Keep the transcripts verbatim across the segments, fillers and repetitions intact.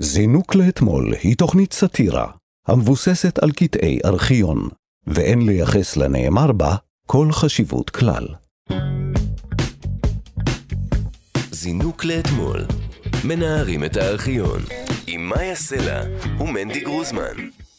זינוק לאתמול היא תוכנית סאטירה המבוססת על קטעי ארכיון, ואין לייחס לנאמר בה כל חשיבות כלל. זינוק לאתמול, מנערים את הארכיון, עם מאיה סלע ומנדי גרוזמן.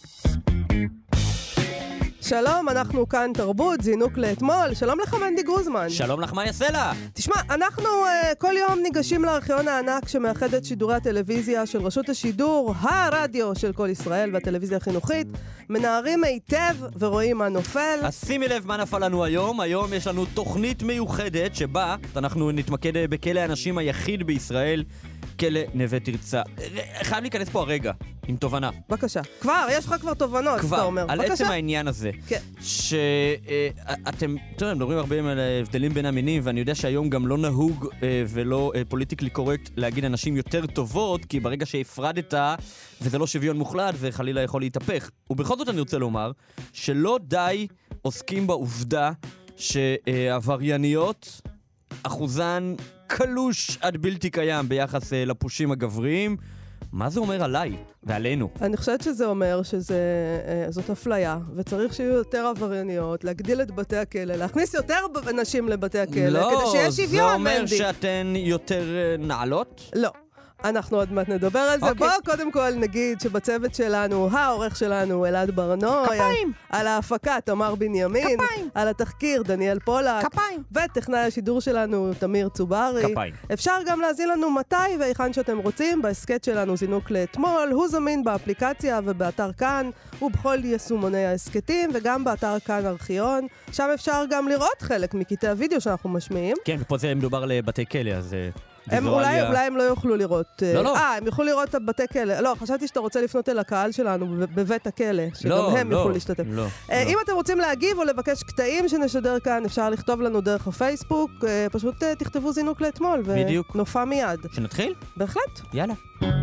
שלום, אנחנו כאן תרבות, זינוק לאתמול. שלום לך מנדי גרוזמן. שלום לך מאיה סלע. תשמע, אנחנו uh, כל יום ניגשים לארכיון הענק שמאחד את שידורי הטלוויזיה של רשות השידור, הרדיו של כל ישראל והטלוויזיה החינוכית, מנערים היטב ורואים מה נופל. אז שימי לב מה נפל לנו היום. היום יש לנו תוכנית מיוחדת שבה אנחנו נתמקד בכלא האנשים היחיד בישראל, כלא נווה תרצה. חייב להיכנס פה הרגע עם תובנה. בבקשה. כבר, יש לך כבר תובנות, כבר, אתה אומר. על בבקשה. עצם העניין הזה. כן. שאתם, אתם מדברים הרבה על הבדלים בין המינים, ואני יודע שהיום גם לא נהוג ולא פוליטיקלי קורקט להגיד אנשים יותר טובות, כי ברגע שהפרדת, וזה לא שוויון מוחלט, וחלילה יכול להתהפך. ובכל זאת אני רוצה לומר, שלא די עוסקים בעובדה שעברייניות, אחוזן קלוש עד בלתי קיים ביחס uh, לפושים הגבריים. מה זה אומר עליי ועלינו? אני חושבת שזה אומר שזאת אפליה, וצריך שיהיו יותר עברייניות, להגדיל את בתי הכלא, להכניס יותר נשים לבתי הכלא, לא, כדי שיהיה שוויון, מנדי. לא, זה אומר שאתן יותר uh, נעלות? לא. אנחנו עוד מעט נדבר על זה. Okay. בואו קודם כל נגיד שבצוות שלנו, העורך שלנו אלעד ברנוי. כפיים. על ההפקה תמר בנימין. כפיים. על התחקיר דניאל פולק. כפיים. וטכנאי השידור שלנו תמיר צוברי. כפיים. אפשר גם להזין לנו מתי והיכן שאתם רוצים. בהסקט שלנו זינוק לאתמול. הוא זמין באפליקציה ובאתר כאן ובכל יישומוני ההסקטים, וגם באתר כאן ארכיון. שם אפשר גם לראות חלק מקטעי הוידאו שאנחנו משמיעים. כן, ופה זה מדובר לבתי כלא, אז... הם אולי, אולי הם לא יוכלו לראות. לא, לא. אה, הם יוכלו לראות את הבתי כלא. לא, חשבתי שאתה רוצה לפנות אל הקהל שלנו בבית הכלא, שגם לא, הם לא, יוכלו להשתתף. לא, אה, לא. אם אתם רוצים להגיב או לבקש קטעים שנשדר כאן, אפשר לכתוב לנו דרך הפייסבוק. אה, פשוט אה, תכתבו זינוק לאתמול בדיוק. ונופע מיד. שנתחיל? בהחלט. יאללה.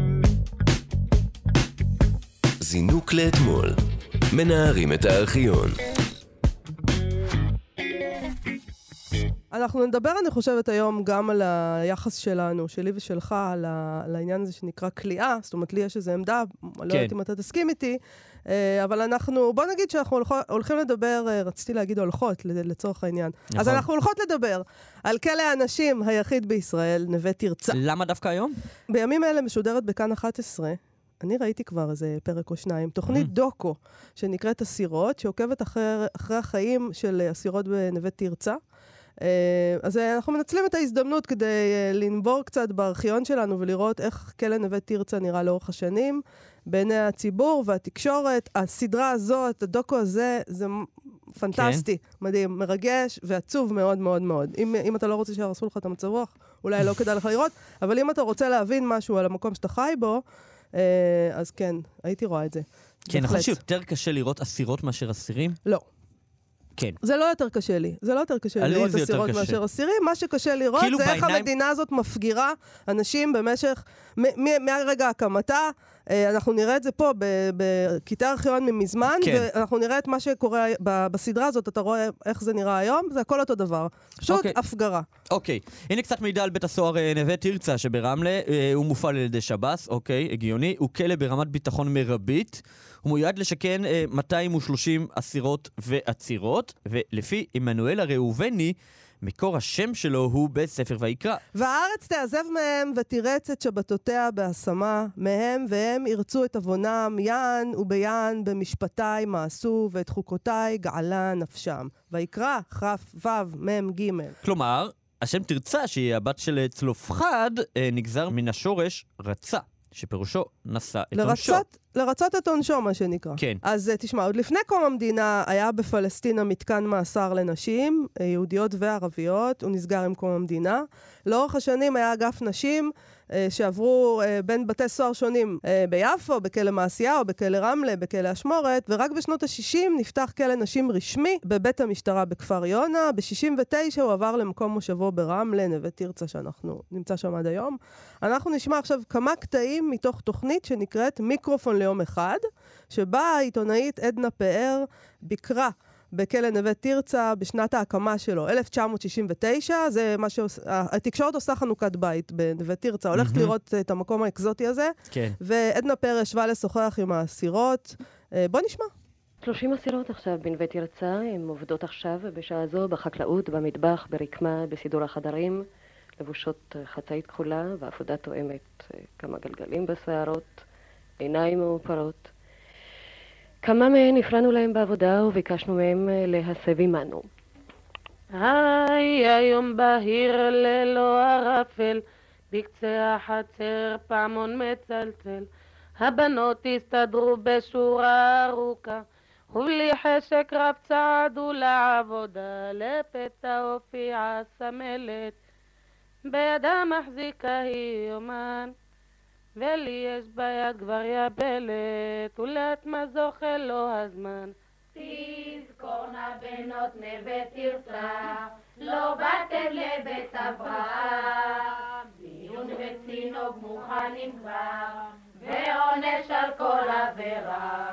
זינוק לאתמול, מנערים את הארכיון. אנחנו נדבר, אני חושבת, היום גם על היחס שלנו, שלי ושלך, על, ה... על העניין הזה שנקרא כליאה. זאת אומרת, לי יש איזו עמדה, כן. לא יודעת אם אתה תסכים איתי, אבל אנחנו, בוא נגיד שאנחנו הולכים לדבר, רציתי להגיד הולכות לצורך העניין. נכון. אז אנחנו הולכות לדבר על כלא האנשים היחיד בישראל, נווה תרצה. למה דווקא היום? בימים אלה משודרת בכאן אחת עשרה, אני ראיתי כבר איזה פרק או שניים, תוכנית mm. דוקו, שנקראת אסירות, שעוקבת אחרי, אחרי החיים של אסירות בנווה תרצה. אז אנחנו מנצלים את ההזדמנות כדי לנבור קצת בארכיון שלנו ולראות איך כלא נווה תרצה נראה לאורך השנים, בעיני הציבור והתקשורת. הסדרה הזאת, הדוקו הזה, זה פנטסטי, כן. מדהים, מרגש ועצוב מאוד מאוד מאוד. אם, אם אתה לא רוצה שירסו לך את המצב רוח, אולי לא כדאי לך לראות, אבל אם אתה רוצה להבין משהו על המקום שאתה חי בו, אז כן, הייתי רואה את זה. כן, נכון שיותר קשה לראות אסירות מאשר אסירים? לא. כן. זה לא יותר קשה לי. זה לא יותר קשה לי לראות אסירות מאשר אסירים. מה שקשה לראות זה איך המדינה הזאת מפגירה אנשים במשך, מהרגע הקמתה. אנחנו נראה את זה פה בקטעי ארכיון ממזמן, ואנחנו נראה את מה שקורה בסדרה הזאת. אתה רואה איך זה נראה היום, זה הכל אותו דבר. פשוט הפגרה. אוקיי. הנה קצת מידע על בית הסוהר נווה תרצה שברמלה. הוא מופעל על ידי שב"ס, אוקיי, הגיוני. הוא כלא ברמת ביטחון מרבית. הוא מיועד לשכן אה, מאתיים ושלושים אסירות ועצירות, ולפי עמנואל הראובני, מקור השם שלו הוא בספר ויקרא. והארץ תעזב מהם ותירץ את שבתותיה בהשמה מהם, והם ירצו את עוונם יען וביען במשפטי מעשו, ואת חוקותיי געלה נפשם. ויקרא כף וו מם ג'. כלומר, השם תרצה, שהיא הבת של צלופחד, אה, נגזר מן השורש רצה. שפירושו נשא את עונשו. לרצות את עונשו, מה שנקרא. כן. אז תשמע, עוד לפני קום המדינה היה בפלסטינה מתקן מאסר לנשים, יהודיות וערביות, הוא נסגר עם קום המדינה. לאורך השנים היה אגף נשים שעברו בין בתי סוהר שונים ביפו, בכלא מעשייה או בכלא רמלה, בכלא השמורת, ורק בשנות ה-שישים נפתח כלא נשים רשמי בבית המשטרה בכפר יונה. ב-שישים ותשע הוא עבר למקום מושבו ברמלה, נווה תרצה, שאנחנו נמצא שם עד היום. אנחנו נשמע עכשיו כמה קטעים מתוך תוכנית שנקראת מיקרופון ליום אחד, שבה העיתונאית עדנה פאר ביקרה בכלא נווה תרצה בשנת ההקמה שלו, אלף תשע מאות שישים ותשע, זה מה שהתקשורת עושה חנוכת בית בנווה תרצה, הולכת לראות את המקום האקזוטי הזה, כן. ועדנה פאר ישבה לשוחח עם האסירות. בוא נשמע. שלושים אסירות עכשיו בנווה תרצה, הן עובדות עכשיו בשעה זו בחקלאות, במטבח, ברקמה, בסידור החדרים, לבושות חצאית כחולה ועבודה תואמת, כמה גלגלים בשערות, עיניים מאופרות. כמה מהן הפרענו להם בעבודה וביקשנו מהם להסב עמנו. היי, היום בהיר ללא ערפל, בקצה החצר פעמון מצלצל. הבנות הסתדרו בשורה ארוכה, ובלי חשק רב צעדו לעבודה, לפתע הופיעה סמלת, בידה מחזיקה היא יומן, ולי יש ביד כבר יבלת, ולאת מה זוכה לו הזמן. תזכורנה בנות נווה תרצה, לא באתם לבית אברהם, מיון וצינוק מוכנים כבר, ועונש על כל עבירה.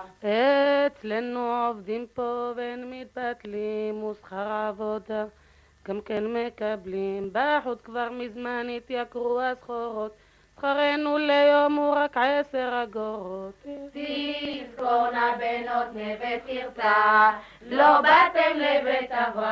אצלנו עובדים פה ואין מתבטלים, ושכר עבודה גם כן מקבלים. בחוץ כבר מזמן התייקרו הסחורות, שכרנו ליום הוא רק עשר אגורות. תזכורנה בנות נווה תרצה, לא באתם לבית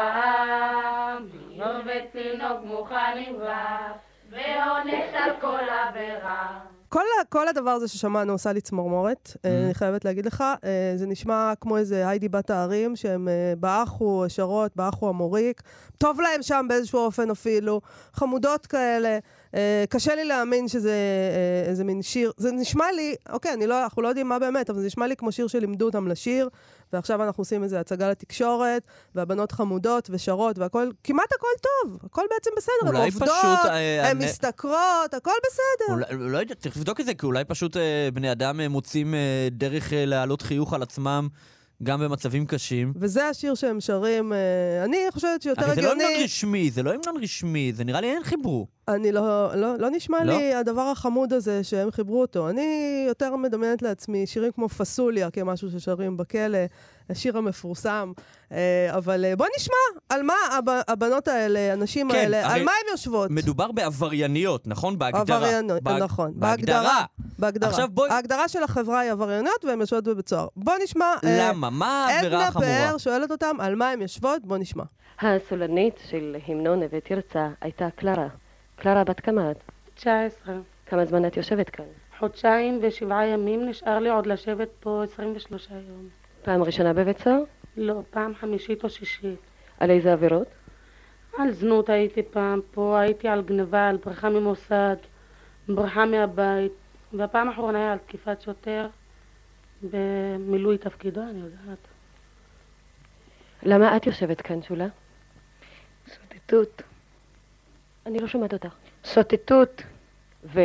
אברהם, מיון וצינוק מוכנים כבר, ועונש על כל עבירה. כל, כל הדבר הזה ששמענו עושה לי צמרמורת, mm. אני חייבת להגיד לך, זה נשמע כמו איזה היידי בת הערים, שהם באחו, שרות, באחו המוריק, טוב להם שם באיזשהו אופן אפילו, חמודות כאלה, קשה לי להאמין שזה איזה מין שיר, זה נשמע לי, אוקיי, אני לא, אנחנו לא יודעים מה באמת, אבל זה נשמע לי כמו שיר שלימדו אותם לשיר, ועכשיו אנחנו עושים איזה הצגה לתקשורת, והבנות חמודות ושרות, והכל, כמעט הכל טוב, הכל בעצם בסדר, הן עובדות, הן מסתכרות, הכל בסדר. אולי, לא יודע, צריך לבדוק את זה, כי אולי פשוט אה, בני אדם אה, מוצאים אה, דרך אה, להעלות חיוך על עצמם, גם במצבים קשים. וזה השיר שהם שרים, אה, אני חושבת שיותר הגיוני... אבל זה לא המנון רשמי, זה לא המנון רשמי, זה נראה לי אין חיברו. אני לא, לא, לא נשמע לא? לי הדבר החמוד הזה שהם חיברו אותו. אני יותר מדמיינת לעצמי שירים כמו פסוליה, כמשהו ששרים בכלא, השיר המפורסם. אבל בוא נשמע על מה הבנות האלה, הנשים כן, האלה, על מה הן יושבות. מדובר בעברייניות, נכון? בהגדרה. עברייניות, בהג... נכון. בהגדרה. בהגדרה. עכשיו בוא... ההגדרה של החברה היא עברייניות והן יושבות בבית סוהר. בוא נשמע. למה? מה העבירה החמורה? עדנה פאר שואלת אותם על מה הן יושבות, בוא נשמע. הסולנית של המנון נווה תרצה הייתה קלרה. קלרה בת כמה את? תשע עשרה. כמה זמן את יושבת כאן? חודשיים ושבעה ימים, נשאר לי עוד לשבת פה עשרים ושלושה יום. פעם ראשונה בבית סוהר? לא, פעם חמישית או שישית. על איזה עבירות? על זנות הייתי פעם, פה הייתי על גנבה, על בריחה ממוסד, בריחה מהבית, והפעם האחרונה היה על תקיפת שוטר במילוי תפקידו, אני יודעת. למה את יושבת כאן, שולה? שוטטות. אני לא שומעת אותך. שוטטות. ו?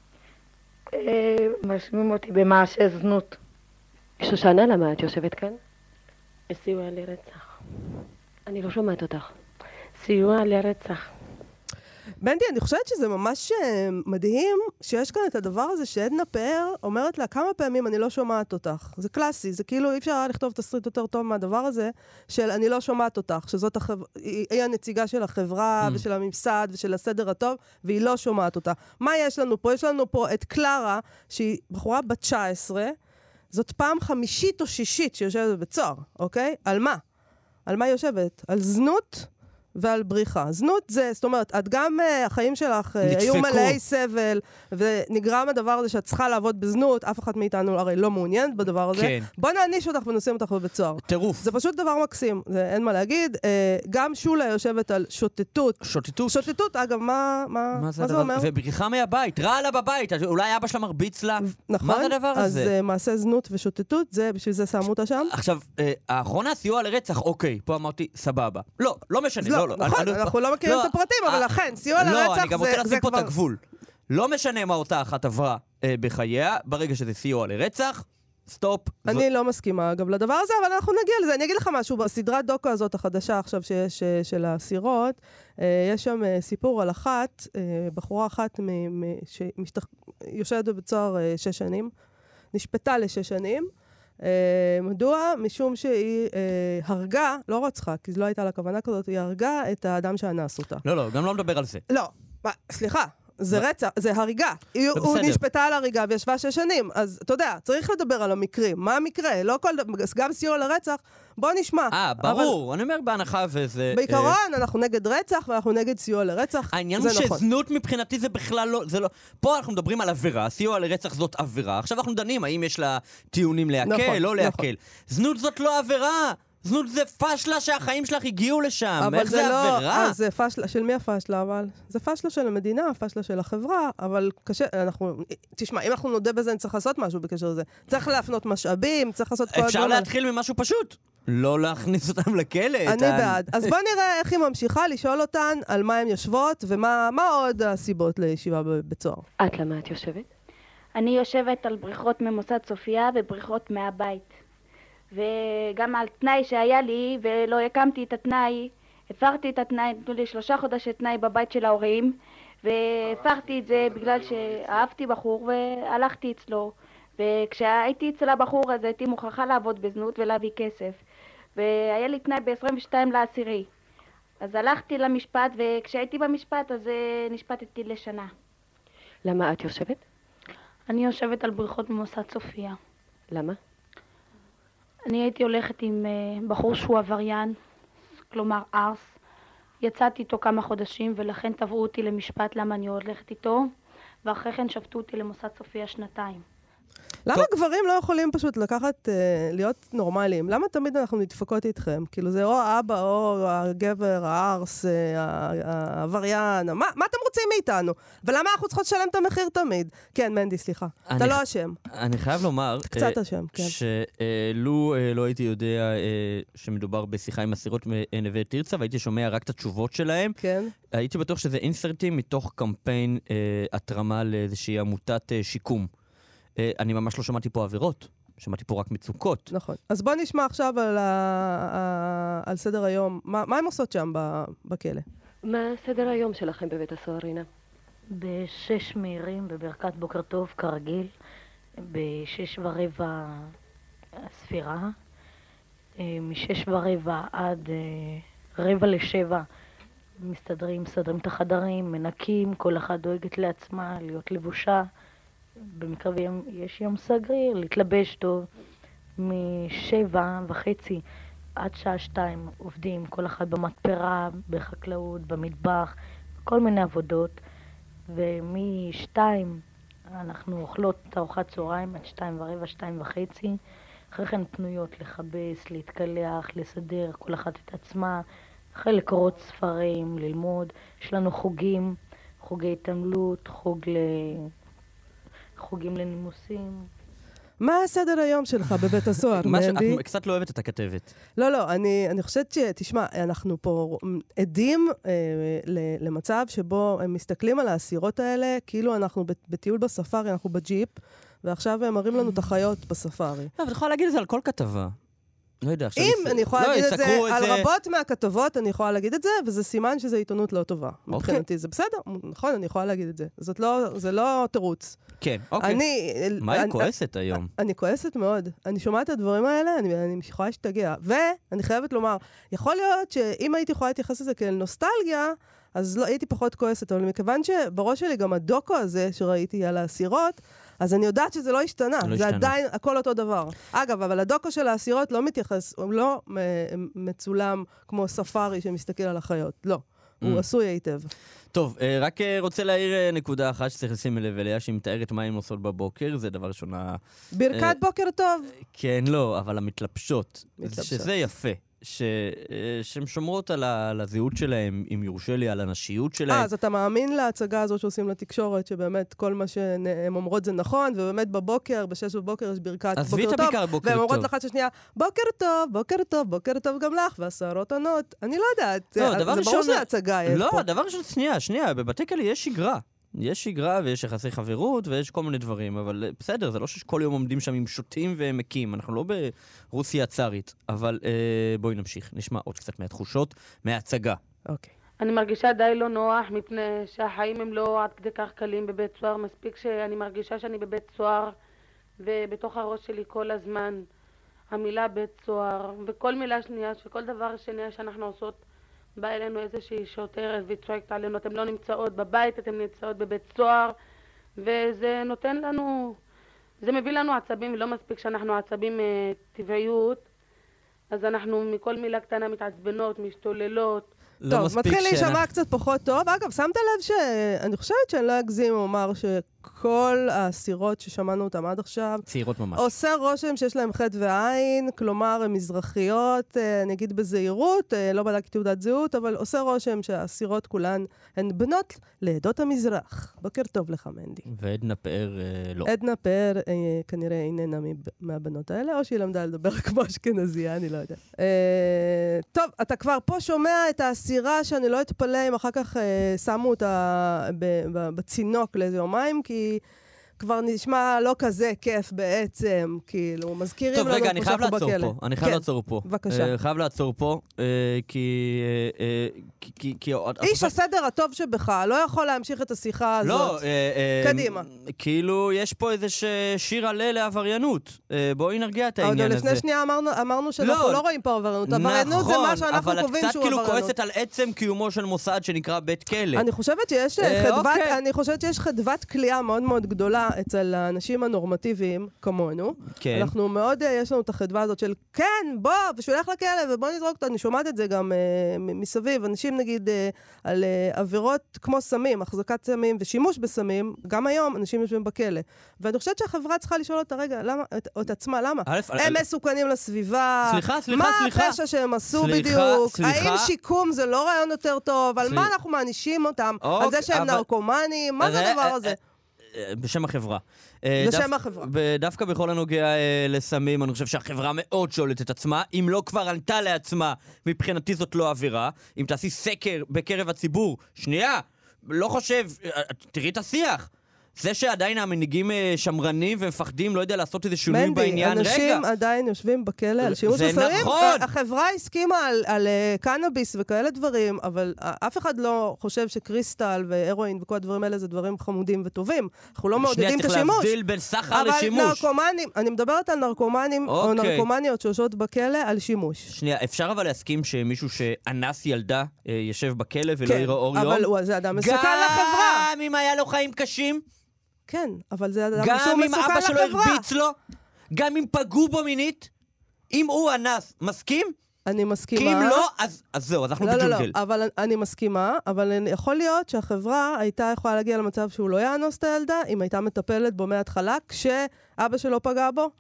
משמים אותי במעשה זנות. שושנה, למה את יושבת כאן? סיוע לרצח. אני לא שומעת אותך. סיוע לרצח. בנדי, אני חושבת שזה ממש מדהים שיש כאן את הדבר הזה שעדנה פאר אומרת לה כמה פעמים אני לא שומעת אותך. זה קלאסי, זה כאילו אי אפשר לכתוב תסריט יותר טוב מהדבר הזה של אני לא שומעת אותך, שזאת החבר... היא הנציגה של החברה mm. ושל הממסד ושל הסדר הטוב, והיא לא שומעת אותה. מה יש לנו פה? יש לנו פה את קלרה, שהיא בחורה בת תשע עשרה, זאת פעם חמישית או שישית שיושבת בבית סוהר, אוקיי? על מה? על מה היא יושבת? על זנות ועל בריחה. זנות זה, זאת אומרת, את גם uh, החיים שלך uh, היו מלאי סבל, ונגרם הדבר הזה שאת צריכה לעבוד בזנות, אף אחד מאיתנו הרי לא מעוניינת בדבר הזה. כן. בוא נעניש אותך ונשים אותך בבית סוהר. טירוף. זה פשוט דבר מקסים, זה אין מה להגיד. Uh, גם שולה יושבת על שוטטות. שוטטות? שוטטות, אגב, מה, מה, מה, זה, מה זה אומר? ובריחה מהבית, רע לה בבית, אולי אבא שלה מרביץ לה. נכון. מה זה הדבר הזה? אז uh, מעשה זנות ושוטטות, זה, בשביל זה שמו אותה שם. עכשיו, uh, האחרונה סיוע לרצח, אוקיי, פה אמרתי, סבבה. לא, לא משנה, לא, לא. נכון, אנחנו לא מכירים את הפרטים, אבל לכן, סיוע לרצח זה כבר... לא, אני גם רוצה לשים פה את הגבול. לא משנה מה אותה אחת עברה בחייה, ברגע שזה סיוע לרצח, סטופ. אני לא מסכימה, אגב, לדבר הזה, אבל אנחנו נגיע לזה. אני אגיד לך משהו, בסדרת דוקו הזאת החדשה עכשיו שיש של הסירות, יש שם סיפור על אחת, בחורה אחת שיושבת בבית סוהר שש שנים, נשפטה לשש שנים, מדוע? משום שהיא הרגה, לא רצחה, כי זו לא הייתה לה כוונה כזאת, היא הרגה את האדם שאנס אותה. לא, לא, גם לא מדבר על זה. לא, סליחה. זה רצח, זה הריגה. הוא נשפטה על הריגה וישבה שש שנים. אז אתה יודע, צריך לדבר על המקרים. מה המקרה? לא כל דבר, גם סיוע לרצח, בוא נשמע. אה, ברור. אני אומר בהנחה וזה... בעיקרון, אנחנו נגד רצח ואנחנו נגד סיוע לרצח. העניין הוא שזנות מבחינתי זה בכלל לא... פה אנחנו מדברים על עבירה, סיוע לרצח זאת עבירה. עכשיו אנחנו דנים האם יש לה טיעונים להקל, לא להקל. זנות זאת לא עבירה. זנות זה פשלה שהחיים שלך הגיעו לשם. איך זה עבירה? אבל זה פשלה, של מי הפשלה? אבל זה פשלה של המדינה, פשלה של החברה, אבל קשה, אנחנו, תשמע, אם אנחנו נודה בזה, צריך לעשות משהו בקשר לזה. צריך להפנות משאבים, צריך לעשות כל... אפשר להתחיל ממשהו פשוט. לא להכניס אותם לכלא. אני בעד. אז בוא נראה איך היא ממשיכה לשאול אותן על מה הן יושבות, ומה עוד הסיבות לישיבה בבית סוהר. את למה את יושבת? אני יושבת על בריחות ממוסד סופיה ובריחות מהבית. וגם על תנאי שהיה לי, ולא הקמתי את התנאי, הפרתי את התנאי, נתנו לי שלושה חודשי תנאי בבית של ההורים, והפרתי את זה בגלל שאהבתי בחור והלכתי אצלו. וכשהייתי אצל הבחור הזה הייתי מוכרחה לעבוד בזנות ולהביא כסף. והיה לי תנאי ב-עשרים ושתיים לעשירי. אז הלכתי למשפט, וכשהייתי במשפט אז נשפטתי לשנה. למה את יושבת? אני יושבת על בריחות ממוסד סופיה. למה? אני הייתי הולכת עם uh, בחור שהוא עבריין, כלומר ארס. יצאתי איתו כמה חודשים ולכן תבעו אותי למשפט למה אני הולכת איתו, ואחרי כן שפטו אותי למוסד סופיה שנתיים. למה גברים לא יכולים פשוט לקחת, uh, להיות נורמליים? למה תמיד אנחנו נדפקות איתכם? כאילו זה או האבא או הגבר, הארס, uh, העבריין, מה, מה אתם רוצים מאיתנו? ולמה אנחנו צריכות לשלם את המחיר תמיד? כן, מנדי, סליחה. אתה לא אשם. אני חייב לומר... קצת אשם, כן. שלו לא הייתי יודע שמדובר בשיחה עם אסירות מנווה תרצה, והייתי שומע רק את התשובות שלהם. כן. הייתי בטוח שזה אינסרטים מתוך קמפיין התרמה לאיזושהי עמותת שיקום. אני ממש לא שמעתי פה עבירות, שמעתי פה רק מצוקות. נכון. אז בוא נשמע עכשיו על, ה... על סדר היום. מה, מה הם עושות שם בכלא? מה סדר היום שלכם בבית הסוהר, רינה? בשש מהירים, בברכת בוקר טוב, כרגיל. בשש ורבע ספירה. משש ורבע עד רבע לשבע מסתדרים, מסתדרים את החדרים, מנקים, כל אחד דואגת לעצמה, להיות לבושה. במקרה יש יום סגריר, להתלבש טוב. משבע וחצי עד שעה שתיים עובדים, כל אחד במתפרה, בחקלאות, במטבח, כל מיני עבודות. ומשתיים אנחנו אוכלות את ארוחת צהריים עד שתיים ורבע, שתיים וחצי. אחרי כן פנויות לחבש, להתקלח, לסדר, כל אחת את עצמה. אחרי לקרות ספרים, ללמוד. יש לנו חוגים, חוגי התעמלות, חוג ל... חוגים לנימוסים. מה הסדר היום שלך בבית הסוהר, מנדי? את קצת לא אוהבת את הכתבת. לא, לא, אני, אני חושבת ש... תשמע, אנחנו פה עדים אה, למצב שבו הם מסתכלים על האסירות האלה, כאילו אנחנו בטיול בספארי, אנחנו בג'יפ, ועכשיו הם מראים לנו את החיות בספארי. לא, אבל אתה יכולה להגיד את זה על כל כתבה. לא יודע, אם אני יכולה להגיד את זה, על רבות מהכתבות אני יכולה להגיד את זה, וזה סימן שזה עיתונות לא טובה. מבחינתי זה בסדר, נכון, אני יכולה להגיד את זה. זאת לא, זה לא תירוץ. כן, אוקיי. מה היא כועסת היום? אני כועסת מאוד. אני שומעת את הדברים האלה, אני יכולה שתגיע. ואני חייבת לומר, יכול להיות שאם הייתי יכולה להתייחס לזה כאל נוסטלגיה, אז לא הייתי פחות כועסת, אבל מכיוון שבראש שלי גם הדוקו הזה שראיתי על האסירות, אז אני יודעת שזה לא השתנה, לא זה השתנה. עדיין הכל אותו דבר. אגב, אבל הדוקו של האסירות לא מתייחס, הוא לא מצולם כמו ספארי שמסתכל על החיות, לא. הוא עשוי היטב. טוב, רק רוצה להעיר נקודה אחת שצריך לשים לב אליה, שהיא מתארת מה הן עושות בבוקר, זה דבר ראשונה... ברכת בוקר טוב. כן, לא, אבל המתלבשות, שזה יפה. ש... שהן שומרות על, ה... על הזהות שלהם, אם יורשה לי, על הנשיות שלהם. אה, אז אתה מאמין להצגה הזאת שעושים לתקשורת, שבאמת כל מה שהן אומרות זה נכון, ובאמת בבוקר, בשש בבוקר יש ברכת בוקר טוב, בוקר והן אומרות לך ששנייה, בוקר טוב, בוקר טוב, בוקר טוב גם לך, והשערות עונות. אני לא יודעת, לא, זה ברור שהצגה יש לא, פה. לא, דבר ראשון, שנייה, שנייה, בבתי כלא יש שגרה. יש שגרה ויש יחסי חברות ויש כל מיני דברים, אבל בסדר, זה לא שכל יום עומדים שם עם שוטים ומקים, אנחנו לא ברוסיה הצארית, אבל אה, בואי נמשיך, נשמע עוד קצת מהתחושות, מההצגה. אוקיי. אני מרגישה די לא נוח, מפני שהחיים הם לא עד כדי כך קלים בבית סוהר, מספיק שאני מרגישה שאני בבית סוהר, ובתוך הראש שלי כל הזמן המילה בית סוהר, וכל מילה שנייה, שכל דבר שנייה שאנחנו עושות, בא אלינו איזושהי שוטרת וצועקת עלינו, אתם לא נמצאות בבית, אתם נמצאות בבית סוהר, וזה נותן לנו, זה מביא לנו עצבים, ולא מספיק שאנחנו עצבים אה, טבעיות, אז אנחנו מכל מילה קטנה מתעצבנות, משתוללות. טוב, מתחיל להישמע קצת פחות טוב. אגב, שמת לב שאני חושבת שאני לא אגזים ואומר שכל האסירות ששמענו אותם עד עכשיו, צעירות ממש. עושה רושם שיש להם חטא ועין, כלומר, הן מזרחיות, נגיד בזהירות, לא בדקתי תעודת זהות, אבל עושה רושם שהאסירות כולן הן בנות לעדות המזרח. בוקר טוב לך, מנדי. ועדנה פאר לא. עדנה פאר כנראה איננה מהבנות האלה, או שהיא למדה לדבר כמו אשכנזייה, אני לא יודעת. טוב, אתה כבר פה שומע את האסירה שאני לא אתפלא אם אחר כך שמו אותה בצינוק לאיזה יומיים, כי כבר נשמע לא כזה כיף בעצם, כאילו, מזכירים לנו... טוב, רגע, אני חייב לעצור פה. אני חייב לעצור פה. בבקשה. חייב לעצור פה, כי... איש הסדר הטוב שבך לא יכול להמשיך את השיחה הזאת. לא, קדימה. כאילו, יש פה איזה שיר עלה לעבריינות. בואי נרגיע את העניין הזה. לפני שנייה אמרנו שאנחנו לא רואים פה עבריינות. עבריינות זה מה שאנחנו קובעים שהוא עבריינות. אבל את קצת כאילו כועסת על עצם קיומו של מוסד שנקרא בית כלא. אני חושבת שיש חדוות כליאה מאוד מאוד גדולה אצל האנשים הנורמטיביים כמונו. כן. אנחנו מאוד, יש לנו את החדווה הזאת של, כן, בוא, ושולח לכלא, ובוא נזרוק אותו. אני שומעת את זה גם uh, מסביב. אנשים נגיד uh, על uh, עבירות כמו סמים, החזקת סמים ושימוש בסמים, גם היום אנשים יושבים בכלא. ואני חושבת שהחברה צריכה לשאול אותה, רגע, למה, את, את עצמה, למה? אלף, הם אל... מסוכנים לסביבה. סליחה, סליחה, מה סליחה. מה הפשע שהם עשו סליחה, בדיוק? סליחה. האם שיקום זה לא רעיון יותר טוב? על סליחה. מה אנחנו מענישים אותם? אוקיי, על זה שהם אבל... נרקומנים? מה זה הדבר הזה? בשם החברה. בשם החברה. דווקא בכל הנוגע לסמים, אני חושב שהחברה מאוד שואלת את עצמה, אם לא כבר ענתה לעצמה, מבחינתי זאת לא עבירה. אם תעשי סקר בקרב הציבור, שנייה, לא חושב, תראי את השיח. זה שעדיין המנהיגים שמרנים ומפחדים, לא יודע לעשות איזה שינוי מנדי, בעניין. רגע. מנדי, אנשים עדיין יושבים בכלא על שימוש בסמים. זה נכון. החברה הסכימה על, על uh, קנאביס וכאלה דברים, אבל uh, אף אחד לא חושב שקריסטל והרואין וכל הדברים האלה זה דברים חמודים וטובים. אנחנו לא מעודדים את השימוש. שנייה, צריך להבדיל בין סחר לשימוש. אבל נרקומנים, אני מדברת על נרקומנים או נרקומניות שיושבות בכלא על שימוש. שנייה, אפשר אבל להסכים שמישהו שאנס ילדה ישב בכלא ולא יראה אור יום? אבל הוא, זה אדם מסוכן לחברה. גם אם היה לו חיים קשים? כן, אבל זה אדם שהוא מסוכן לחברה. גם אם אבא שלו הרביץ לו, גם אם פגעו בו מינית, אם הוא אנס, מסכים? אני מסכימה. כי אם לא, אז, אז זהו, אז אנחנו לא, בג'ונגל. לא, לא, אבל אני מסכימה, אבל יכול להיות שהחברה הייתה יכולה להגיע למצב שהוא לא יאנוס את הילדה, אם הייתה מטפלת בו מההתחלה, כשאבא שלו פגע בו.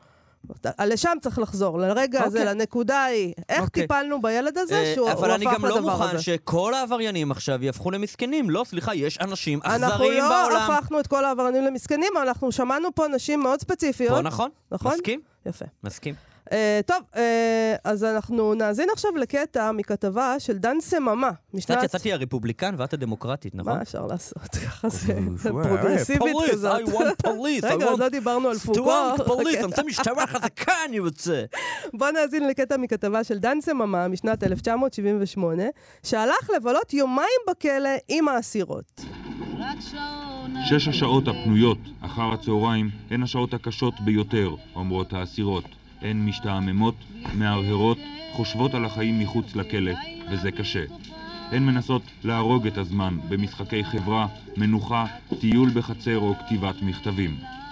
לשם צריך לחזור, לרגע הזה, לנקודה היא, איך טיפלנו בילד הזה שהוא הפך לדבר הזה. אבל אני גם לא מוכן שכל העבריינים עכשיו יהפכו למסכנים. לא, סליחה, יש אנשים אכזריים בעולם. אנחנו לא הפכנו את כל העבריינים למסכנים, אנחנו שמענו פה נשים מאוד ספציפיות. פה נכון, מסכים. יפה. מסכים. טוב, אז אנחנו נאזין עכשיו לקטע מכתבה של דן סממה. קצת יצאתי הרפובליקן ואת הדמוקרטית, נכון? מה אפשר לעשות? ככה זה פרוגרסיבית כזאת. I want police, רגע, עוד לא דיברנו על פוקו. I want police, אני רוצה משטרה חזקה, אני רוצה. בוא נאזין לקטע מכתבה של דן סממה משנת אלף תשע מאות שבעים ושמונה, שהלך לבלות יומיים בכלא עם האסירות. שש השעות הפנויות אחר הצהריים הן השעות הקשות ביותר, אומרות האסירות. הן משתעממות, מהרהרות, חושבות על החיים מחוץ לכלא, וזה קשה. הן מנסות להרוג את הזמן במשחקי חברה, מנוחה, טיול בחצר או כתיבת מכתבים.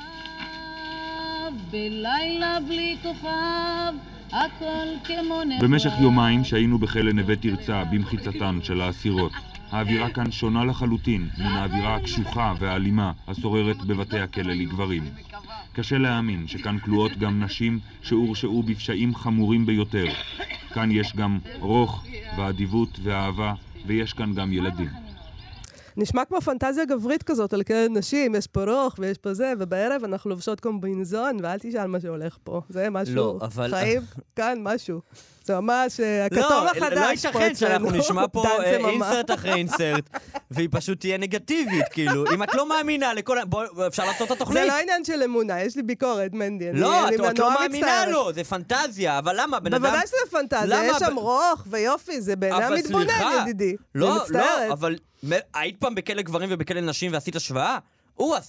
בלילה בלי כוכב, הכל כמו נבוא. במשך יומיים שהיינו בכלא נווה תרצה במחיצתן של האסירות. האווירה כאן שונה לחלוטין מן האווירה הקשוחה והאלימה השוררת בבתי הכלא לגברים. קשה להאמין שכאן כלואות גם נשים שהורשעו בפשעים חמורים ביותר. כאן יש גם רוך ואדיבות ואהבה, ויש כאן גם ילדים. נשמע כמו פנטזיה גברית כזאת על כאלה נשים, יש פה רוך ויש פה זה, ובערב אנחנו לובשות קומבינזון, ואל תשאל מה שהולך פה. זה משהו, לא, אבל... חיים, כאן משהו. זה ממש הכתום החדש. לא, לא ייתכן שאנחנו נשמע פה אינסרט אחרי אינסרט, והיא פשוט תהיה נגטיבית, כאילו. אם את לא מאמינה לכל... בוא, אפשר לעשות את התוכנית. זה לא עניין של אמונה, יש לי ביקורת, מנדי. לא, את לא מאמינה לו, זה פנטזיה, אבל למה? בוודאי שזה פנטזיה, יש שם רוך ויופי, זה בעיני מתבונן, ידידי. לא, לא, אבל היית פעם בכלא גברים ובכלא נשים ועשית השוואה? הוא עשה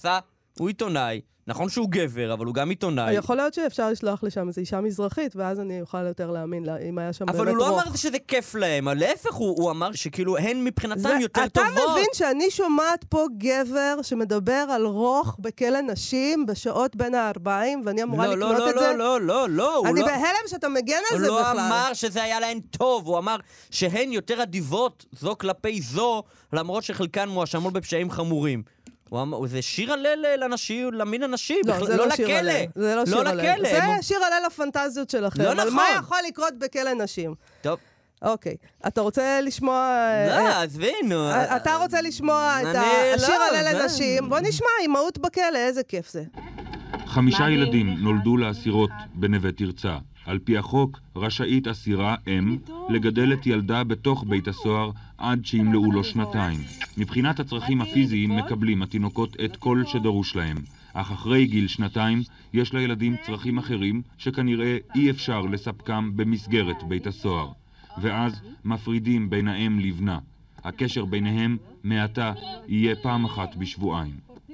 הוא עיתונאי. נכון שהוא גבר, אבל הוא גם עיתונאי. יכול להיות שאפשר לשלוח לשם איזו אישה מזרחית, ואז אני אוכל יותר להאמין לה, אם היה שם באמת רוח. אבל הוא לא אמר שזה כיף להם, להפך הוא, הוא אמר שכאילו הן מבחינתם יותר אתה טובות. אתה מבין שאני שומעת פה גבר שמדבר על רוח בכלא נשים בשעות בין הארבעים, ואני אמורה לא, לקנות לא, את לא, זה? לא, לא, לא, אני לא. בהלם שאתה מגן על זה בכלל. הוא לא אמר שזה היה להן טוב, הוא אמר שהן יותר אדיבות זו כלפי זו, למרות שחלקן מואשמות בפשעים חמורים. זה שיר הלל לנשים, למין הנשים, לא, זה לא שיר הלל. זה לא שיר הלל. זה שיר הלל לפנטזיות שלכם. לא נכון. על מה יכול לקרות בכלא נשים? טוב. אוקיי. אתה רוצה לשמוע... לא, עזבינו. אתה רוצה לשמוע את השיר הלל לנשים? בוא נשמע, אימהות בכלא, איזה כיף זה. חמישה ילדים נולדו לאסירות בנווה תרצה. על פי החוק, רשאית אסירה אם לגדל את ילדה בתוך בית הסוהר עד שימלאו לו שנתיים. מבחינת הצרכים הפיזיים מקבלים התינוקות את כל שדרוש להם. אך אחרי גיל שנתיים יש לילדים צרכים אחרים שכנראה אי אפשר לספקם במסגרת בית הסוהר. ואז מפרידים בין האם לבנה. הקשר ביניהם מעתה יהיה פעם אחת בשבועיים.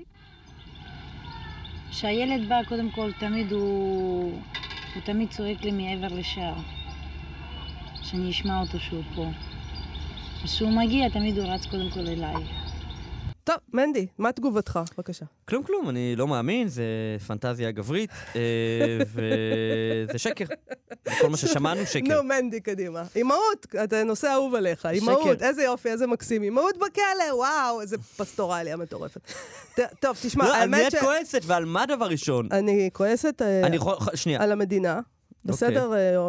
כשהילד בא, קודם כל, תמיד הוא... הוא תמיד צועק לי מעבר לשער. שאני אשמע אותו שהוא פה. כשהוא מגיע, תמיד הוא רץ קודם כל אליי. טוב, מנדי, מה תגובתך? בבקשה. כלום כלום, אני לא מאמין, זה פנטזיה גברית, וזה שקר. כל מה ששמענו שקר. נו, מנדי, קדימה. אימהות, אתה נושא אהוב עליך. אימהות, איזה יופי, איזה מקסים. אימהות בכלא, וואו, איזה פסטורליה מטורפת. טוב, תשמע, האמת ש... לא, על מי את כועסת ועל מה דבר ראשון? אני כועסת על המדינה. בסדר,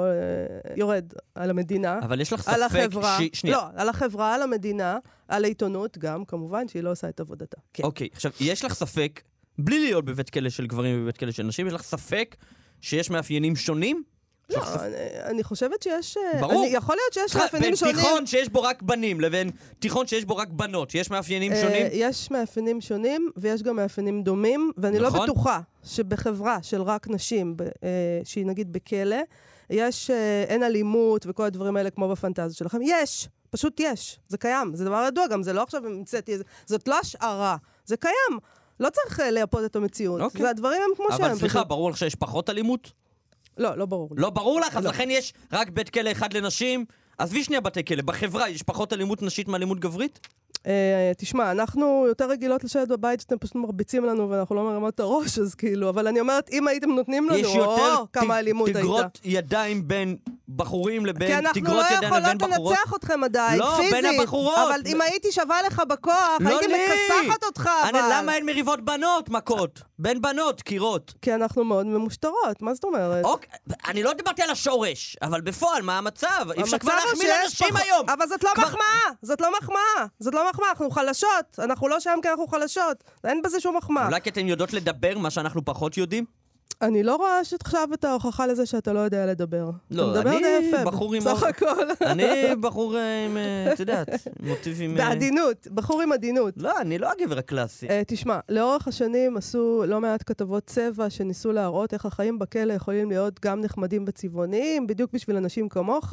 יורד על המדינה. אבל יש לך ספק... על החברה. לא, על החברה, על המדינה, על העיתונות גם, כמובן, שהיא לא עושה את עבודתה. אוקיי, עכשיו, יש לך ספק, בלי להיות בבית כלא של גברים ובבית כלא של נשים, יש לך ספק שיש מאפיינים שונים? לא, אני חושבת שיש... ברור. יכול להיות שיש מאפיינים שונים. בין תיכון שיש בו רק בנים לבין תיכון שיש בו רק בנות, יש מאפיינים שונים? יש מאפיינים שונים ויש גם מאפיינים דומים, ואני לא בטוחה שבחברה של רק נשים, שהיא נגיד בכלא, יש, אין אלימות וכל הדברים האלה כמו בפנטזיות שלכם. יש, פשוט יש. זה קיים, זה דבר ידוע גם, זה לא עכשיו המצאתי, זאת לא השערה, זה קיים. לא צריך לייפות את המציאות. והדברים הם כמו שהם. אבל סליחה, ברור לך שיש פחות אלימות? לא, לא ברור. לא ברור לך? אז לכן יש רק בית כלא אחד לנשים? עזבי שנייה בתי כלא. בחברה יש פחות אלימות נשית מאלימות גברית? תשמע, אנחנו יותר רגילות לשבת בבית שאתם פשוט מרביצים לנו ואנחנו לא מרמות את הראש, אז כאילו, אבל אני אומרת, אם הייתם נותנים לנו, או כמה אלימות הייתה. יש יותר תגרות ידיים בין בחורים לבין תגרות ידיים לבין בחורות? כי אנחנו לא יכולות לנצח אתכם עדיין, פיזית. לא, בין הבחורות. אבל אם הייתי שווה לך בכוח, הייתי מכסחת אותך, אבל... למה אין מריבות בנות, מכות? בין בנות, קירות. כי אנחנו מאוד ממושטרות, מה זאת אומרת? אני לא דיברתי על השורש, אבל בפועל, מה המצב? אי אפשר כבר להחמיא לאנשים היום. אבל זאת לא מחמאה, זאת לא מחמאה, זאת לא מחמאה, אנחנו חלשות, אנחנו לא שם כי אנחנו חלשות, אין בזה שום מחמאה. אולי כי אתן יודעות לדבר מה שאנחנו פחות יודעים? אני לא רואה שעכשיו את ההוכחה לזה שאתה לא יודע לדבר. לא, אני בחור עם... סך הכל. אני בחור עם, את יודעת, מוטיבים... בעדינות, בחור עם עדינות. לא, אני לא הגבר הקלאסי. תשמע, לאורך השנים עשו לא מעט כתבות צבע שניסו להראות איך החיים בכלא יכולים להיות גם נחמדים וצבעוניים, בדיוק בשביל אנשים כמוך,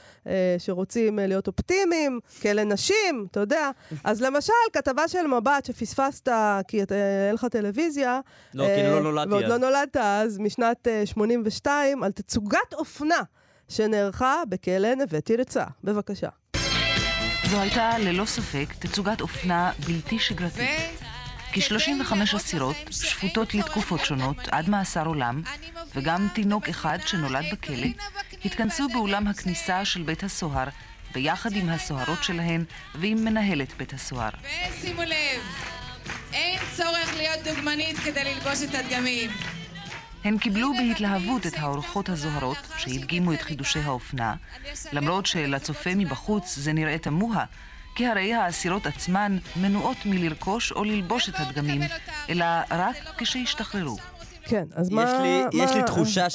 שרוצים להיות אופטימיים, כאלה נשים, אתה יודע. אז למשל, כתבה של מבט שפספסת כי אין לך טלוויזיה, לא, כי לא נולדתי ועוד לא נולדת אז, משנת שמונים ושתיים, על תצוגת אופנה שנערכה בכלא נווה תרצה. בבקשה. זו הייתה ללא ספק תצוגת אופנה בלתי שגרתית. כ-שלושים וחמש אסירות שפוטות לתקופות שונות עד מאסר עולם, וגם תינוק אחד שנולד בכלא, התכנסו באולם הכניסה של בית הסוהר, ביחד עם הסוהרות שלהן ועם מנהלת בית הסוהר. ושימו לב, אין צורך להיות דוגמנית כדי ללבוש את הדגמים. הן קיבלו בהתלהבות את האורחות הזוהרות שהדגימו את חידושי האופנה, למרות שלצופה מבחוץ זה נראה תמוה, כי הרי האסירות עצמן מנועות מלרכוש או ללבוש את הדגמים, אלא רק כשישתחררו. כן, אז מה... יש לי תחושה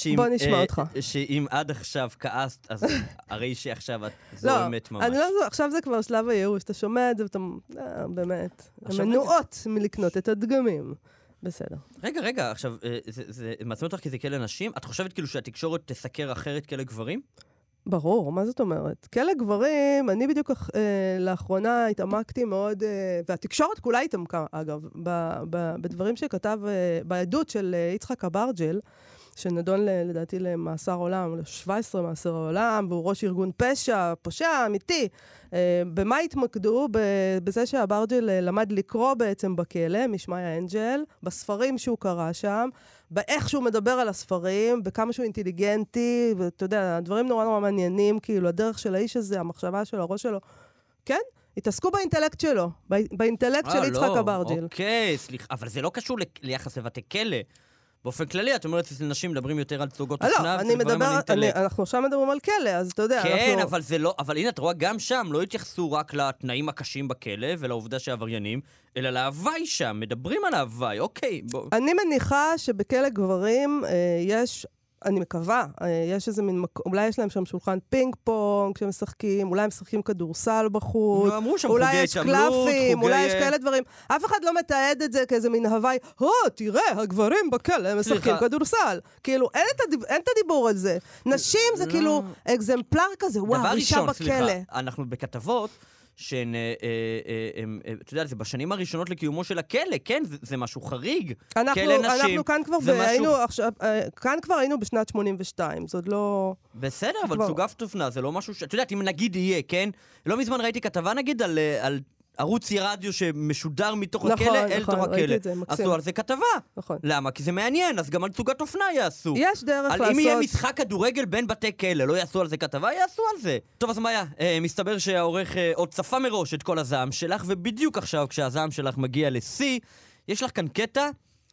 שאם עד עכשיו כעסת, אז הרי שעכשיו את זורמת ממש. לא, עכשיו זה כבר שלב הייאוש, אתה שומע את זה ואתה... באמת, הן מנועות מלקנות את הדגמים. בסדר. רגע, רגע, עכשיו, זה מעצים אותך כי זה כאלה נשים? את חושבת כאילו שהתקשורת תסקר אחרת כאלה גברים? ברור, מה זאת אומרת? כלא גברים, אני בדיוק אה, לאחרונה התעמקתי מאוד, אה, והתקשורת כולה התעמקה, אגב, ב, ב, בדברים שכתב, אה, בעדות של אה, יצחק אברג'ל, שנדון לדעתי למאסר עולם, ל-שבע עשרה מאסר עולם, והוא ראש ארגון פשע, פושע אמיתי. אה, במה התמקדו? בזה שאברג'ל למד לקרוא בעצם בכלא, משמעיה אנג'ל, בספרים שהוא קרא שם, באיך שהוא מדבר על הספרים, בכמה שהוא אינטליגנטי, ואתה יודע, הדברים נורא נורא מעניינים, כאילו הדרך של האיש הזה, המחשבה שלו, הראש שלו, כן? התעסקו באינטלקט שלו, באינטלקט של יצחק אברג'ל. אוקיי, סליחה, אבל זה לא קשור ליחס לבתי כלא. באופן כללי, את אומרת, אנשים מדברים יותר על צוגות אופנה, לא, אני מדבר, אנחנו עכשיו מדברים על כלא, אז אתה יודע, כן, אנחנו... אבל זה לא, אבל הנה, אתה רואה, גם שם לא התייחסו רק לתנאים הקשים בכלא, ולעובדה שעבריינים, אלא להווי שם, מדברים על ההווי, אוקיי, בוא. אני מניחה שבכלא גברים אה, יש... אני מקווה, יש איזה מין מקום, אולי יש להם שם שולחן פינג פונג כשהם משחקים, אולי הם משחקים כדורסל בחוץ, אולי יש קלפים, אולי יש כאלה דברים. אף אחד לא מתעד את זה כאיזה מין הווי, הו, תראה, הגברים בכלא הם משחקים כדורסל. כאילו, אין את הדיבור על זה. נשים זה כאילו אקזמפלר כזה, וואו, אישה בכלא. אנחנו בכתבות, שהן, אתה יודע, זה בשנים הראשונות לקיומו של הכלא, כן, זה משהו חריג. אנחנו כאן כבר היינו, כאן כבר היינו בשנת שמונים ושתיים, זאת לא... בסדר, אבל צוגת אופנה, זה לא משהו ש... אתה יודעת, אם נגיד יהיה, כן? לא מזמן ראיתי כתבה, נגיד, על ערוץ רדיו שמשודר מתוך הכלא אל תוך הכלא. עשו על זה כתבה. למה? כי זה מעניין, אז גם על צוגת אופנה יעשו. יש דרך לעשות... אם יהיה משחק כדורגל בין בתי כלא, לא יעשו על זה כתבה, יעשו על זה. טוב, אז מאיה, מסתבר שהעורך עוד צפה מראש את כל הזעם שלך, ובדיוק עכשיו, כשהזעם שלך מגיע לשיא, יש לך כאן קטע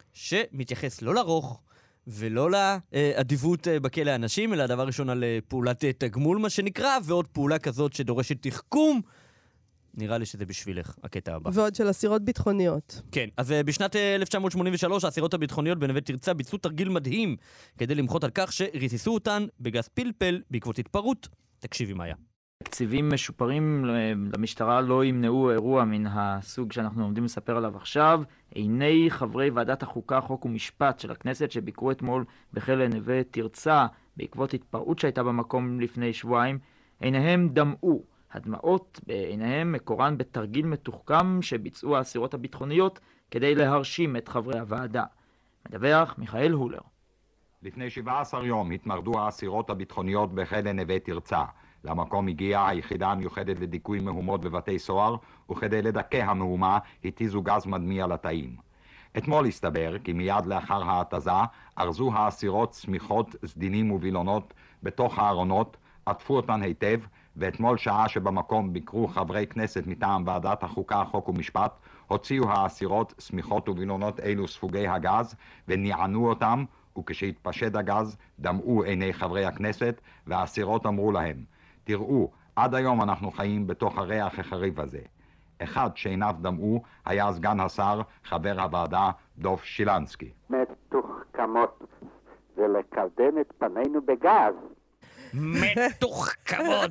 שמתייחס לא לרוך, ולא לאדיבות בכלא האנשים, אלא הדבר ראשון על פעולת תגמול, מה שנקרא, ועוד פעולה כזאת שדורשת תחכום. נראה לי שזה בשבילך, הקטע הבא. ועוד של אסירות ביטחוניות. כן, אז בשנת אלף תשע מאות שמונים ושלוש, האסירות הביטחוניות בנווה תרצה ביצעו תרגיל מדהים, כדי למחות על כך שריססו אותן בגז פלפל בעקבות התפרעות. תקשיבי מה היה. תקציבים משופרים למשטרה לא ימנעו אירוע מן הסוג שאנחנו עומדים לספר עליו עכשיו. עיני חברי ועדת החוקה, חוק ומשפט של הכנסת שביקרו אתמול בכלא נווה תרצה בעקבות התפרעות שהייתה במקום לפני שבועיים, עיניהם דמעו. הדמעות בעיניהם מקורן בתרגיל מתוחכם שביצעו האסירות הביטחוניות כדי להרשים את חברי הוועדה. מדווח מיכאל הולר. לפני שבעה עשר יום התמרדו האסירות הביטחוניות בכלא נווה תרצה. למקום הגיעה היחידה המיוחדת לדיכוי מהומות בבתי סוהר, וכדי לדכא המהומה התיזו גז מדמיע לתאים. אתמול הסתבר כי מיד לאחר ההתזה ארזו האסירות סמיכות, סדינים ובילונות בתוך הארונות, עטפו אותן היטב, ואתמול שעה שבמקום ביקרו חברי כנסת מטעם ועדת החוקה, חוק ומשפט, הוציאו האסירות סמיכות ובילונות אלו ספוגי הגז וניענו אותם, וכשהתפשט הגז דמעו עיני חברי הכנסת, והאסירות אמרו להם, תראו, עד היום אנחנו חיים בתוך הריח החריב הזה. אחד שעיניו דמעו היה סגן השר, חבר הוועדה, דב שילנסקי. מתוחכמות ולקדם את פנינו בגז. מתוחכמות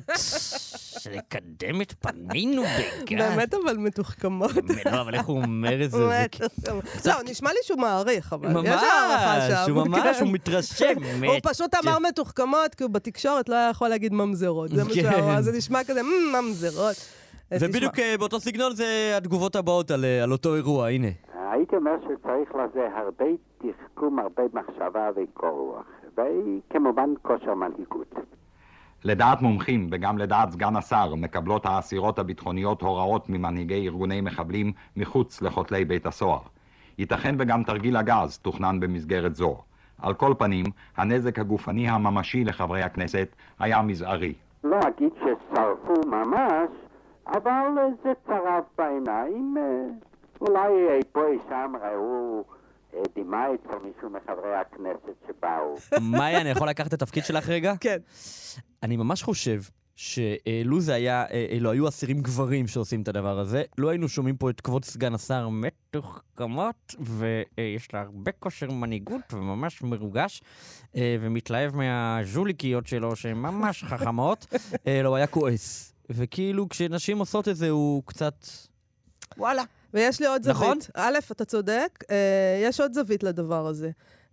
לקדם את פנינו בגז. באמת אבל מתוחכמות. לא, אבל איך הוא אומר את זה? לא, נשמע לי שהוא מעריך, אבל ממש, הוא ממש, הוא מתרשם. הוא פשוט אמר מתוחכמות, כי הוא בתקשורת לא היה יכול להגיד ממזרות. זה מה שהוא אמר, זה נשמע כזה ממזרות. ובדיוק באותו סגנון זה התגובות הבאות על אותו אירוע, הנה. הייתי אומר שצריך לזה הרבה תחכום, הרבה מחשבה וקור רוח. וכמובן כושר מנהיגות. לדעת מומחים וגם לדעת סגן השר מקבלות האסירות הביטחוניות הוראות ממנהיגי ארגוני מחבלים מחוץ לחותלי בית הסוהר. ייתכן וגם תרגיל הגז תוכנן במסגרת זו. על כל פנים, הנזק הגופני הממשי לחברי הכנסת היה מזערי. לא אגיד ששרפו ממש, אבל זה צרף בעיניים. אולי פה שם ראו דימה אצל מישהו מחברי הכנסת שבאו. מאיה, אני יכול לקחת את התפקיד שלך רגע? כן. אני ממש חושב שלו זה היה, אלו היו אסירים גברים שעושים את הדבר הזה, לא היינו שומעים פה את כבוד סגן השר מתוחכמות, ויש לה הרבה כושר מנהיגות וממש מרוגש, ומתלהב מהז'וליקיות שלו שהן ממש חכמות, לא היה כועס. וכאילו כשנשים עושות את זה הוא קצת... וואלה. ויש לי עוד זווית. נכון? א', אתה צודק, יש עוד זווית לדבר הזה.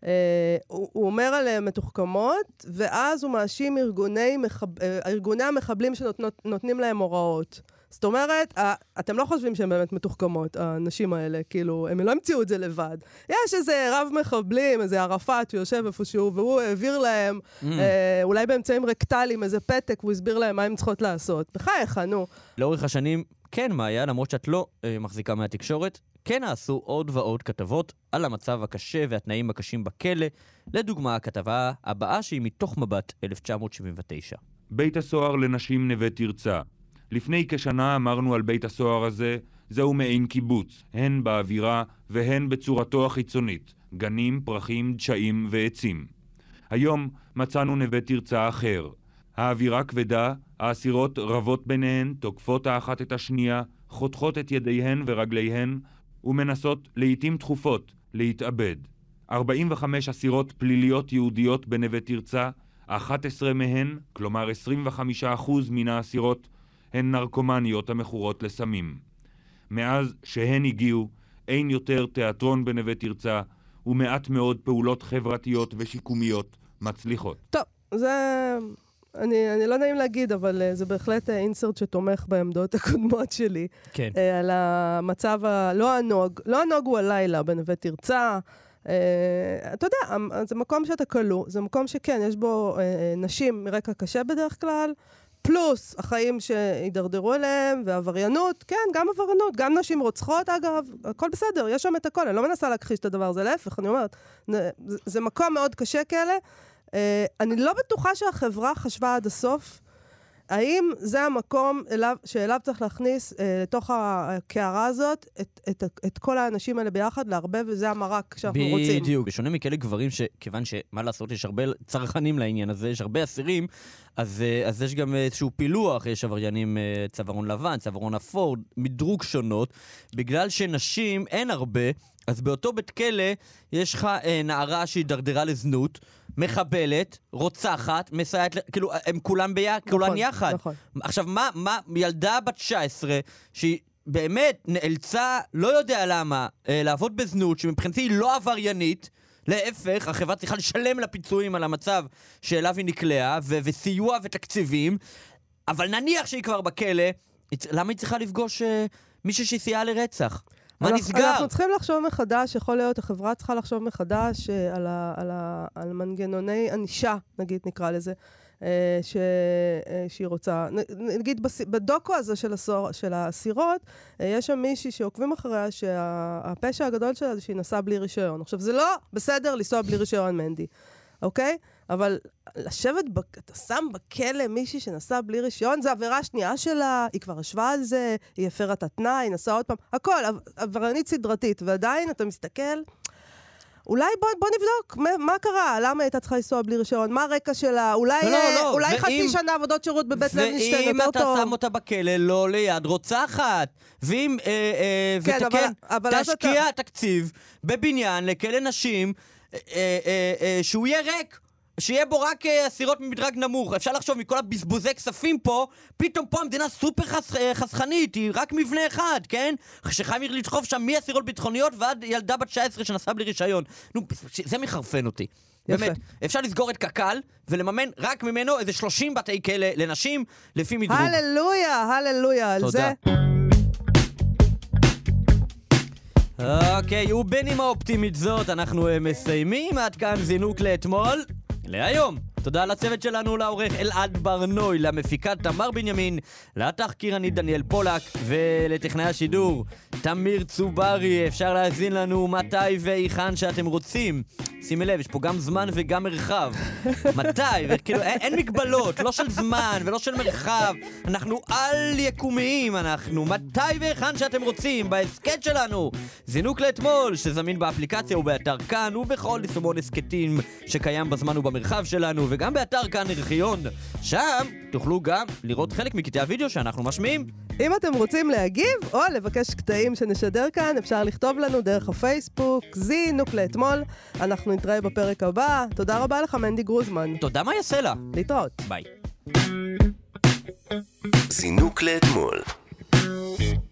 הוא, הוא אומר עליהם מתוחכמות, ואז הוא מאשים ארגוני, מחב, ארגוני המחבלים שנותנים להם הוראות. זאת אומרת, אתם לא חושבים שהן באמת מתוחכמות, האנשים האלה, כאילו, הם לא המציאו את זה לבד. יש איזה רב מחבלים, איזה ערפאת שיושב איפשהו, והוא העביר להם, mm. אה, אולי באמצעים רקטליים, איזה פתק, והוא הסביר להם מה הם צריכות לעשות. בחייך, נו. לאורך השנים, כן, מאיה, למרות שאת לא אה, מחזיקה מהתקשורת, כן נעשו עוד ועוד כתבות על המצב הקשה והתנאים הקשים בכלא, לדוגמה, הכתבה הבאה שהיא מתוך מבט אלף תשע מאות שבעים ותשע. בית הסוהר לנשים נווה תרצה. לפני כשנה אמרנו על בית הסוהר הזה, זהו מעין קיבוץ, הן באווירה והן בצורתו החיצונית, גנים, פרחים, דשאים ועצים. היום מצאנו נווה תרצה אחר. האווירה כבדה, האסירות רבות ביניהן, תוקפות האחת את השנייה, חותכות את ידיהן ורגליהן, ומנסות לעתים תכופות להתאבד. ארבעים וחמש אסירות פליליות יהודיות בנווה תרצה, אחת עשרה מהן, כלומר עשרים וחמישה אחוז מן האסירות, הן נרקומניות המכורות לסמים. מאז שהן הגיעו, אין יותר תיאטרון בנווה תרצה, ומעט מאוד פעולות חברתיות ושיקומיות מצליחות. טוב, זה... אני, אני לא נעים להגיד, אבל uh, זה בהחלט אינסרט שתומך בעמדות הקודמות שלי. כן. Uh, על המצב הלא הנוג, לא הנוג הוא הלילה בנווה תרצה. Uh, אתה יודע, זה מקום שאתה קלו, זה מקום שכן, יש בו uh, נשים מרקע קשה בדרך כלל, פלוס החיים שהידרדרו אליהם, והעבריינות, כן, גם עבריינות, גם נשים רוצחות, אגב, הכל בסדר, יש שם את הכל, אני לא מנסה להכחיש את הדבר הזה, להפך, אני אומרת, זה, זה מקום מאוד קשה כאלה, uh, אני לא בטוחה שהחברה חשבה עד הסוף, האם זה המקום אליו, שאליו צריך להכניס uh, לתוך הקערה הזאת, את, את, את כל האנשים האלה ביחד, להרבה, וזה המרק שאנחנו בדיוק. רוצים. בדיוק, בשונה מכאלה גברים שכיוון שמה לעשות, יש הרבה צרכנים לעניין הזה, יש הרבה אסירים, אז, אז יש גם איזשהו פילוח, יש עבריינים צווארון לבן, צווארון אפור, מדרוג שונות, בגלל שנשים אין הרבה, אז באותו בית כלא יש לך אה, נערה שהידרדרה לזנות, מחבלת, רוצחת, מסייעת, כאילו הם כולם ביחד, נכון, כולן יחד. נכון. עכשיו מה, מה, ילדה בת תשע עשרה שהיא באמת נאלצה, לא יודע למה, אה, לעבוד בזנות, שמבחינתי היא לא עבריינית, להפך, החברה צריכה לשלם לפיצויים על המצב שאליו היא נקלעה, ו- וסיוע ותקציבים, אבל נניח שהיא כבר בכלא, למה היא צריכה לפגוש אה, מישהו שסייעה לרצח? מה נסגר? אנחנו צריכים לחשוב מחדש, יכול להיות, החברה צריכה לחשוב מחדש אה, על, ה- על, ה- על מנגנוני ענישה, נגיד נקרא לזה, אה, ש- אה, שהיא רוצה. נ- נגיד בס- בדוקו הזה של, הסור, של האסירות, אה, יש שם מישהי שעוקבים אחריה שהפשע הגדול שלה זה שהיא נסעה בלי רישיון. עכשיו, זה לא בסדר לנסוע בלי רישיון, מנדי, אוקיי? אבל לשבת, ב- אתה שם בכלא מישהי שנסע בלי רישיון, זה עבירה שנייה שלה, היא כבר השווה על זה, היא הפרה את התנאי, היא נסעה עוד פעם, הכל, עברנית סדרתית, ועדיין אתה מסתכל, אולי בוא, בוא נבדוק, מה, מה קרה? למה הייתה צריכה לנסוע בלי רישיון? מה הרקע שלה? אולי, לא, אה, לא, אולי ואם, חצי שנה עבודות שירות בבית לוינשטיין, יותר טוב. ואם אתה שם אותה בכלא, לא ליד רוצחת. ואם, אה, אה, כן, ותקן, אבל, אבל תשקיע אתה... תקציב בבניין לכלא נשים, אה, אה, אה, שהוא יהיה ריק. שיהיה בו רק אסירות ממדרג נמוך. אפשר לחשוב מכל הבזבוזי כספים פה, פתאום פה המדינה סופר חס... חסכנית, היא רק מבנה אחד, כן? שחייב לדחוף שם מאסירות ביטחוניות ועד ילדה בת תשע עשרה שנסעה בלי רישיון. נו, זה מחרפן אותי. יפה. באמת, אפשר לסגור את קק"ל ולממן רק ממנו איזה שלושים בתי כלא לנשים לפי מדרוג. הללויה, הללויה, על זה. אוקיי, ובין עם האופטימית זאת, אנחנו מסיימים. עד כאן זינוק לאתמול. להיום. תודה לצוות שלנו, לעורך אלעד ברנוי, למפיקת תמר בנימין, לתחקירנית דניאל פולק ולטכנאי השידור תמיר צוברי. אפשר להזין לנו מתי ואיכן שאתם רוצים. שימי לב, יש פה גם זמן וגם מרחב. מתי? וכאילו, אין, אין מגבלות, לא של זמן ולא של מרחב. אנחנו על יקומיים, אנחנו מתי ואיכן שאתם רוצים, בהסקט שלנו. זינוק לאתמול, שזמין באפליקציה ובאתר כאן ובכל יישומון הסקטים שקיים בזמן ובמרחב שלנו, וגם באתר כאן ארכיון. שם תוכלו גם לראות חלק מקטעי הוידאו שאנחנו משמיעים. אם אתם רוצים להגיב או לבקש קטעים שנשדר כאן, אפשר לכתוב לנו דרך הפייסבוק, זינוק לאתמול. אנחנו נתראה בפרק הבא. תודה רבה לך, מנדי גרוזמן. תודה, מאיה סלע. להתראות. ביי. זינוק לאתמול.